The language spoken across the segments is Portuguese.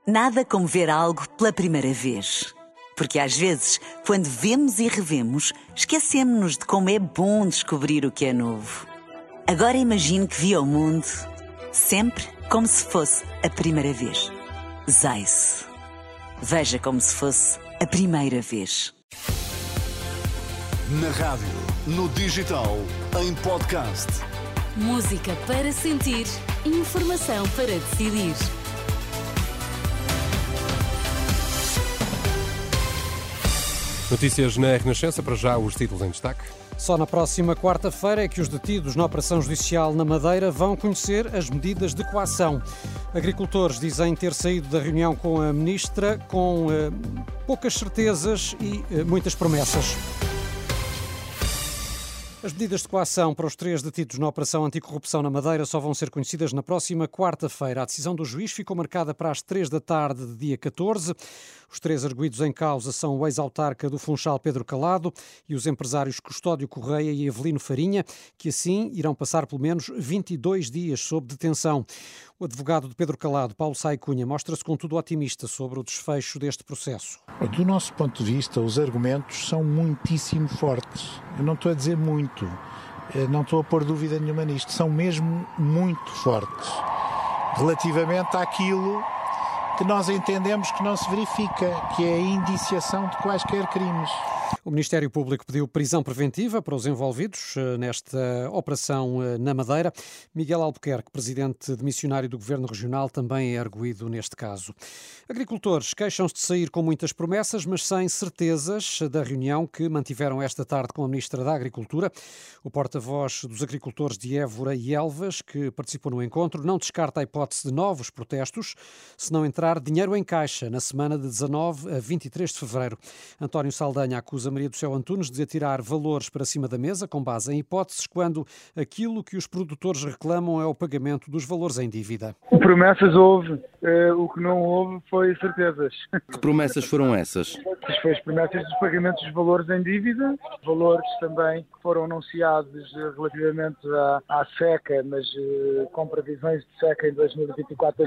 Nada como ver algo pela primeira vez. Porque às vezes, quando vemos e revemos, esquecemos-nos de como é bom descobrir o que é novo. Agora imagine que viu o mundo sempre como se fosse a primeira vez. Zais. Veja como se fosse a primeira vez. Na rádio, no digital, em podcast. Música para sentir, informação para decidir. Notícias na Renascença, para já os títulos em destaque. Só na próxima quarta-feira é que os detidos na operação judicial na Madeira vão conhecer as medidas de coação. Agricultores dizem ter saído da reunião com a ministra com poucas certezas e muitas promessas. As medidas de coação para os 3 detidos na Operação Anticorrupção na Madeira só vão ser conhecidas na próxima quarta-feira. A decisão do juiz ficou marcada para as 3 da tarde de dia 14. Os 3 arguidos em causa são o ex-autarca do Funchal, Pedro Calado, e os empresários Custódio Correia e Evelino Farinha, que assim irão passar pelo menos 22 dias sob detenção. O advogado de Pedro Calado, Paulo Sá Cunha, mostra-se contudo otimista sobre o desfecho deste processo. Do nosso ponto de vista, os argumentos são muitíssimo fortes. Eu não estou a dizer muito, não estou a pôr dúvida nenhuma nisto, são mesmo muito fortes. Relativamente àquilo que nós entendemos que não se verifica, que é a indiciação de quaisquer crimes. O Ministério Público pediu prisão preventiva para os envolvidos nesta operação na Madeira. Miguel Albuquerque, presidente demissionário do Governo Regional, também é arguido neste caso. Agricultores queixam-se de sair com muitas promessas, mas sem certezas da reunião que mantiveram esta tarde com a Ministra da Agricultura. O porta-voz dos agricultores de Évora e Elvas, que participou no encontro, não descarta a hipótese de novos protestos se não entrar dinheiro em caixa na semana de 19 a 23 de fevereiro. António Saldanha acusa Maria do Céu Antunes de atirar valores para cima da mesa com base em hipóteses, quando aquilo que os produtores reclamam é o pagamento dos valores em dívida. Promessas houve, o que não houve foi certezas. Que promessas foram essas? Foi as promessas dos pagamentos dos valores em dívida, valores também que foram anunciados relativamente à seca, mas com previsões de seca em 2024,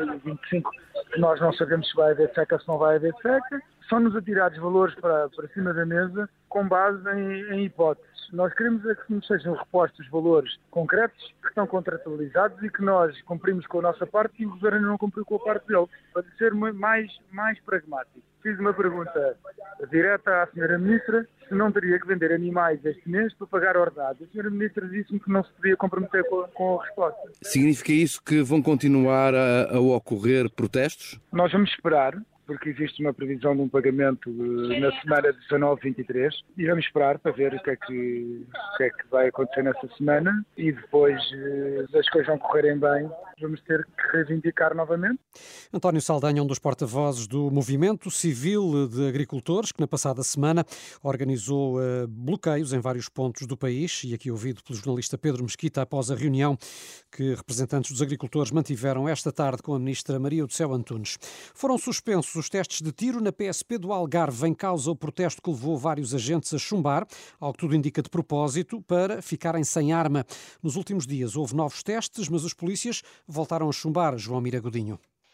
2025, que nós não sabemos se vai haver seca ou se não vai haver seca. São-nos atirados valores para cima da mesa com base em hipóteses. Nós queremos é que nos sejam repostos valores concretos que estão contratualizados e que nós cumprimos com a nossa parte e o Governo não cumpriu com a parte dele, para ser mais pragmático. Fiz uma pergunta direta à Sra. Ministra se não teria que vender animais este mês para pagar ordenado. A Sra. Ministra disse-me que não se podia comprometer com a resposta. Significa isso que vão continuar a ocorrer protestos? Nós vamos esperar, porque existe uma previsão de um pagamento na semana de 19-23 e vamos esperar para ver o que é que vai acontecer nessa semana e depois das coisas não correrem bem, vamos ter que reivindicar novamente. António Saldanha, um dos porta-vozes do Movimento Civil de Agricultores, que na passada semana organizou bloqueios em vários pontos do país, e aqui ouvido pelo jornalista Pedro Mesquita após a reunião que representantes dos agricultores mantiveram esta tarde com a ministra Maria do Céu Antunes. Foram suspensos os testes de tiro na PSP do Algarve, em causa o protesto que levou vários agentes a chumbar, ao que tudo indica de propósito, para ficarem sem arma. Nos últimos dias houve novos testes, mas os polícias voltaram a chumbar. João Mira Godinho.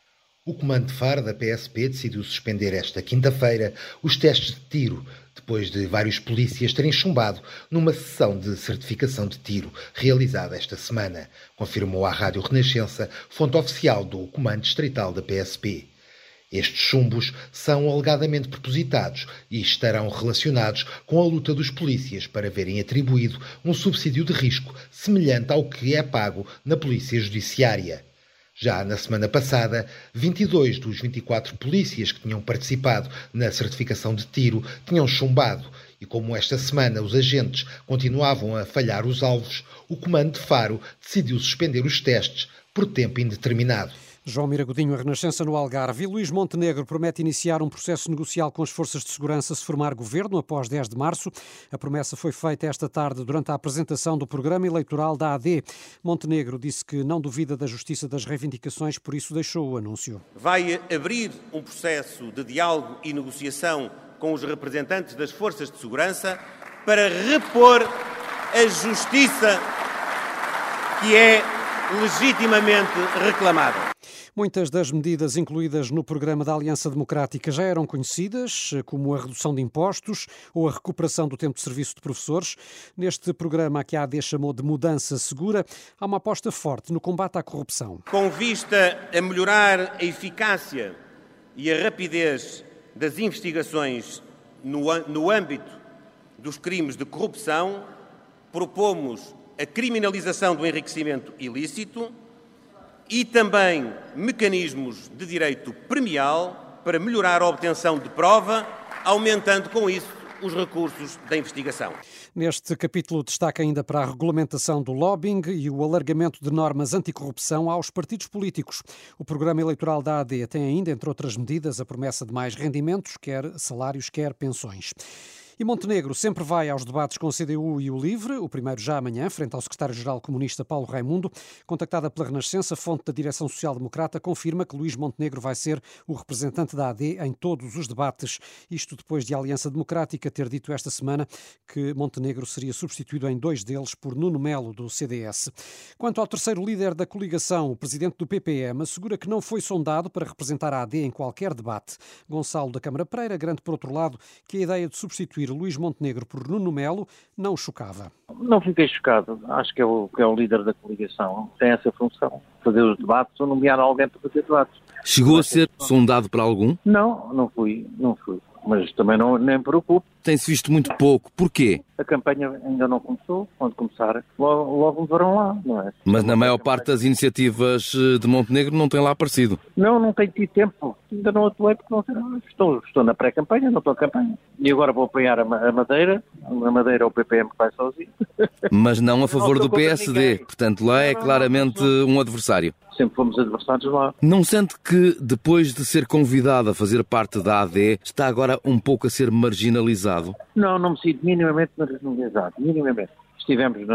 O comando de Faro da PSP decidiu suspender esta quinta-feira os testes de tiro, depois de vários polícias terem chumbado numa sessão de certificação de tiro realizada esta semana, confirmou à Rádio Renascença, fonte oficial do comando distrital da PSP. Estes chumbos são alegadamente propositados e estarão relacionados com a luta dos polícias para verem atribuído um subsídio de risco semelhante ao que é pago na Polícia Judiciária. Já na semana passada, 22 dos 24 polícias que tinham participado na certificação de tiro tinham chumbado e, como esta semana os agentes continuavam a falhar os alvos, o comando de Faro decidiu suspender os testes por tempo indeterminado. João Mira Godinho, a Renascença no Algarve. E Luís Montenegro promete iniciar um processo negocial com as forças de segurança se formar governo após 10 de março. A promessa foi feita esta tarde durante a apresentação do programa eleitoral da AD. Montenegro disse que não duvida da justiça das reivindicações, por isso deixou o anúncio. Vai abrir um processo de diálogo e negociação com os representantes das forças de segurança para repor a justiça que é legitimamente reclamada. Muitas das medidas incluídas no programa da Aliança Democrática já eram conhecidas, como a redução de impostos ou a recuperação do tempo de serviço de professores. Neste programa, que a AD chamou de mudança segura, há uma aposta forte no combate à corrupção. Com vista a melhorar a eficácia e a rapidez das investigações no âmbito dos crimes de corrupção, propomos a criminalização do enriquecimento ilícito e também mecanismos de direito premial para melhorar a obtenção de prova, aumentando com isso os recursos da investigação. Neste capítulo destaca ainda para a regulamentação do lobbying e o alargamento de normas anticorrupção aos partidos políticos. O programa eleitoral da AD tem ainda, entre outras medidas, a promessa de mais rendimentos, quer salários, quer pensões. E Montenegro sempre vai aos debates com a CDU e o LIVRE, o primeiro já amanhã, frente ao secretário-geral comunista Paulo Raimundo. Contactada pela Renascença, fonte da direção social-democrata confirma que Luís Montenegro vai ser o representante da AD em todos os debates. Isto depois de a Aliança Democrática ter dito esta semana que Montenegro seria substituído em 2 deles por Nuno Melo, do CDS. Quanto ao terceiro líder da coligação, o presidente do PPM assegura que não foi sondado para representar a AD em qualquer debate. Gonçalo da Câmara Pereira garante, por outro lado, que a ideia de substituir Luís Montenegro por Nuno Melo não chocava. Não fiquei chocado. Acho que é o líder da coligação. Tem essa função, fazer os debates ou nomear alguém para fazer debates. Chegou a ser sondado para algum? Não fui. Mas também nem me preocupo. Tem-se visto muito pouco. Porquê? A campanha ainda não começou. Quando começar, logo me verão lá, não é? Mas na maior parte das iniciativas de Montenegro não tem lá aparecido. Não tenho tido tempo. Ainda não atuei porque não sei. Estou na pré-campanha, não estou na campanha. E agora vou apoiar a Madeira. A Madeira é o PPM que vai sozinho. Mas não a favor do PSD. Portanto, lá é claramente um adversário. Sempre fomos adversários lá. Não sente que, depois de ser convidado a fazer parte da AD, está agora um pouco a ser marginalizado? Não me sinto minimamente marginalizado. Minimamente. Estivemos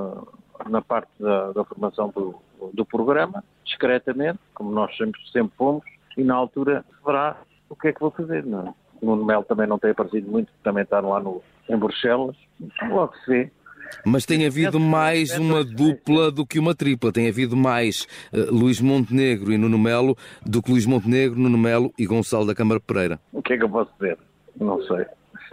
na parte da formação do programa, discretamente, como nós sempre fomos, e na altura se verá o que é que vou fazer. Não é? O Nuno Melo também não tem aparecido muito, também está lá em Bruxelas. Logo se vê. Mas tem havido mais uma dupla do que uma tripla. Tem havido mais Luís Montenegro e Nuno Melo do que Luís Montenegro, Nuno Melo e Gonçalo da Câmara Pereira. O que é que eu posso dizer? Não sei.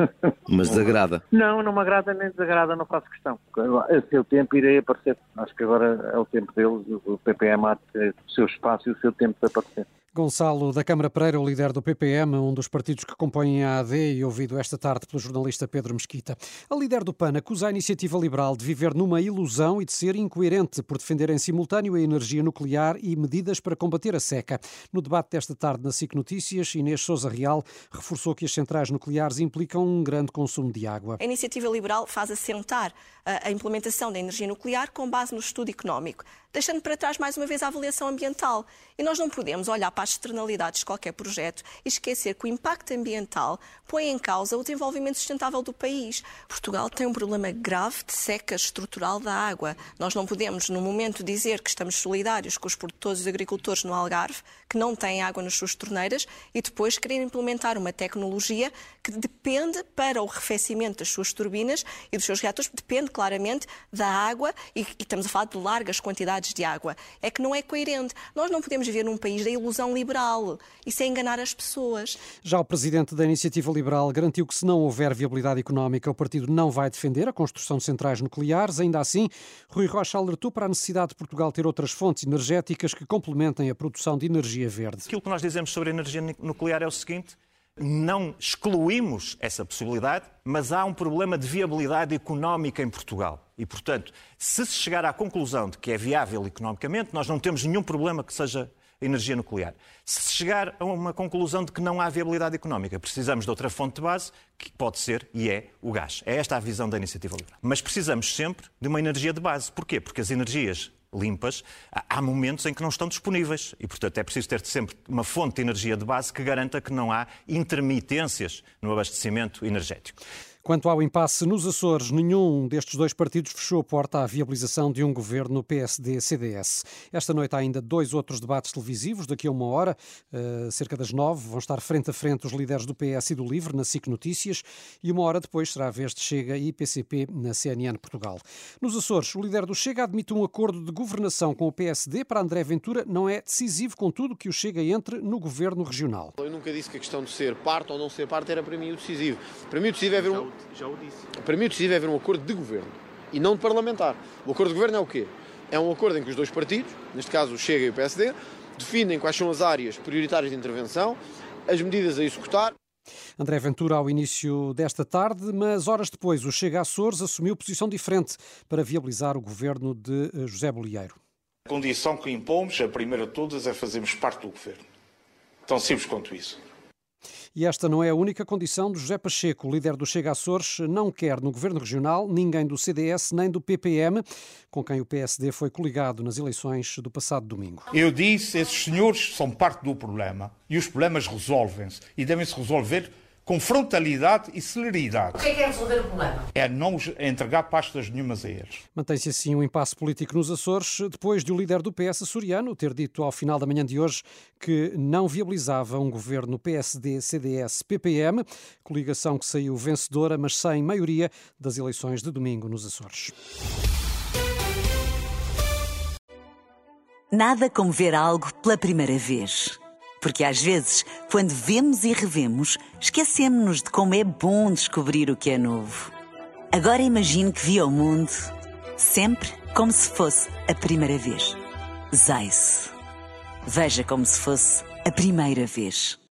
Mas desagrada? Não me agrada nem desagrada, não faço questão. A seu tempo irei aparecer. Acho que agora é o tempo deles, o PPM há de ter o seu espaço e o seu tempo de aparecer. Gonçalo da Câmara Pereira, o líder do PPM, um dos partidos que compõem a AD e ouvido esta tarde pelo jornalista Pedro Mesquita. A líder do PAN acusa a Iniciativa Liberal de viver numa ilusão e de ser incoerente por defender em simultâneo a energia nuclear e medidas para combater a seca. No debate desta tarde na SIC Notícias, Inês Sousa Real reforçou que as centrais nucleares implicam um grande consumo de água. A Iniciativa Liberal faz assentar a implementação da energia nuclear com base no estudo económico, deixando para trás mais uma vez a avaliação ambiental. E nós não podemos olhar para as externalidades de qualquer projeto e esquecer que o impacto ambiental põe em causa o desenvolvimento sustentável do país. Portugal tem um problema grave de seca estrutural da água. Nós não podemos, no momento, dizer que estamos solidários com os produtores e agricultores no Algarve, que não têm água nas suas torneiras, e depois querer implementar uma tecnologia que depende para o arrefecimento das suas turbinas e dos seus reatores, depende claramente da água, e estamos a falar de largas quantidades de água. É que não é coerente. Nós não podemos viver num país da ilusão liberal. Isso é enganar as pessoas. Já o presidente da Iniciativa Liberal garantiu que, se não houver viabilidade económica, o partido não vai defender a construção de centrais nucleares. Ainda assim, Rui Rocha alertou para a necessidade de Portugal ter outras fontes energéticas que complementem a produção de energia verde. Aquilo que nós dizemos sobre a energia nuclear é o seguinte: não excluímos essa possibilidade, mas há um problema de viabilidade económica em Portugal. E, portanto, se se chegar à conclusão de que é viável economicamente, nós não temos nenhum problema que seja energia nuclear. Se se chegar a uma conclusão de que não há viabilidade económica, precisamos de outra fonte de base, que pode ser e é o gás. É esta a visão da Iniciativa Liberal. Mas precisamos sempre de uma energia de base. Porquê? Porque as energias limpas, há momentos em que não estão disponíveis e, portanto, é preciso ter sempre uma fonte de energia de base que garanta que não há intermitências no abastecimento energético. Quanto ao impasse nos Açores, nenhum destes dois partidos fechou a porta à viabilização de um governo PSD-CDS. Esta noite há ainda 2 outros debates televisivos. Daqui a 1 hora, cerca das 9, vão estar frente a frente os líderes do PS e do LIVRE na SIC Notícias e 1 hora depois será a vez de Chega e PCP na CNN Portugal. Nos Açores, o líder do Chega admite um acordo de governação com o PSD. Para André Ventura, não é decisivo, contudo, que o Chega entre no governo regional. Eu nunca disse que a questão de ser parte ou não ser parte era para mim o decisivo. Para mim o decisivo é haver Para mim o decisivo é haver um acordo de governo e não de parlamentar. O acordo de governo é o quê? É um acordo em que os dois partidos, neste caso o Chega e o PSD, definem quais são as áreas prioritárias de intervenção, as medidas a executar. André Ventura ao início desta tarde, mas horas depois o Chega Açores assumiu posição diferente para viabilizar o governo de José Bolieiro. A condição que impomos, a primeira de todas, é fazermos parte do governo. Tão simples quanto isso. E esta não é a única condição de José Pacheco. O líder do Chega Açores não quer no governo regional ninguém do CDS nem do PPM, com quem o PSD foi coligado nas eleições do passado domingo. Eu disse, esses senhores são parte do problema e os problemas resolvem-se e devem-se resolver com frontalidade e celeridade. O que é resolver o problema? É não entregar pastas nenhumas a eles. Mantém-se assim um impasse político nos Açores, depois de o líder do PS açoriano ter dito ao final da manhã de hoje que não viabilizava um governo PSD-CDS-PPM, coligação que saiu vencedora, mas sem maioria, das eleições de domingo nos Açores. Nada como ver algo pela primeira vez. Porque às vezes, quando vemos e revemos, esquecemos-nos de como é bom descobrir o que é novo. Agora imagine que viu o mundo sempre como se fosse a primeira vez. Zais. Veja como se fosse a primeira vez.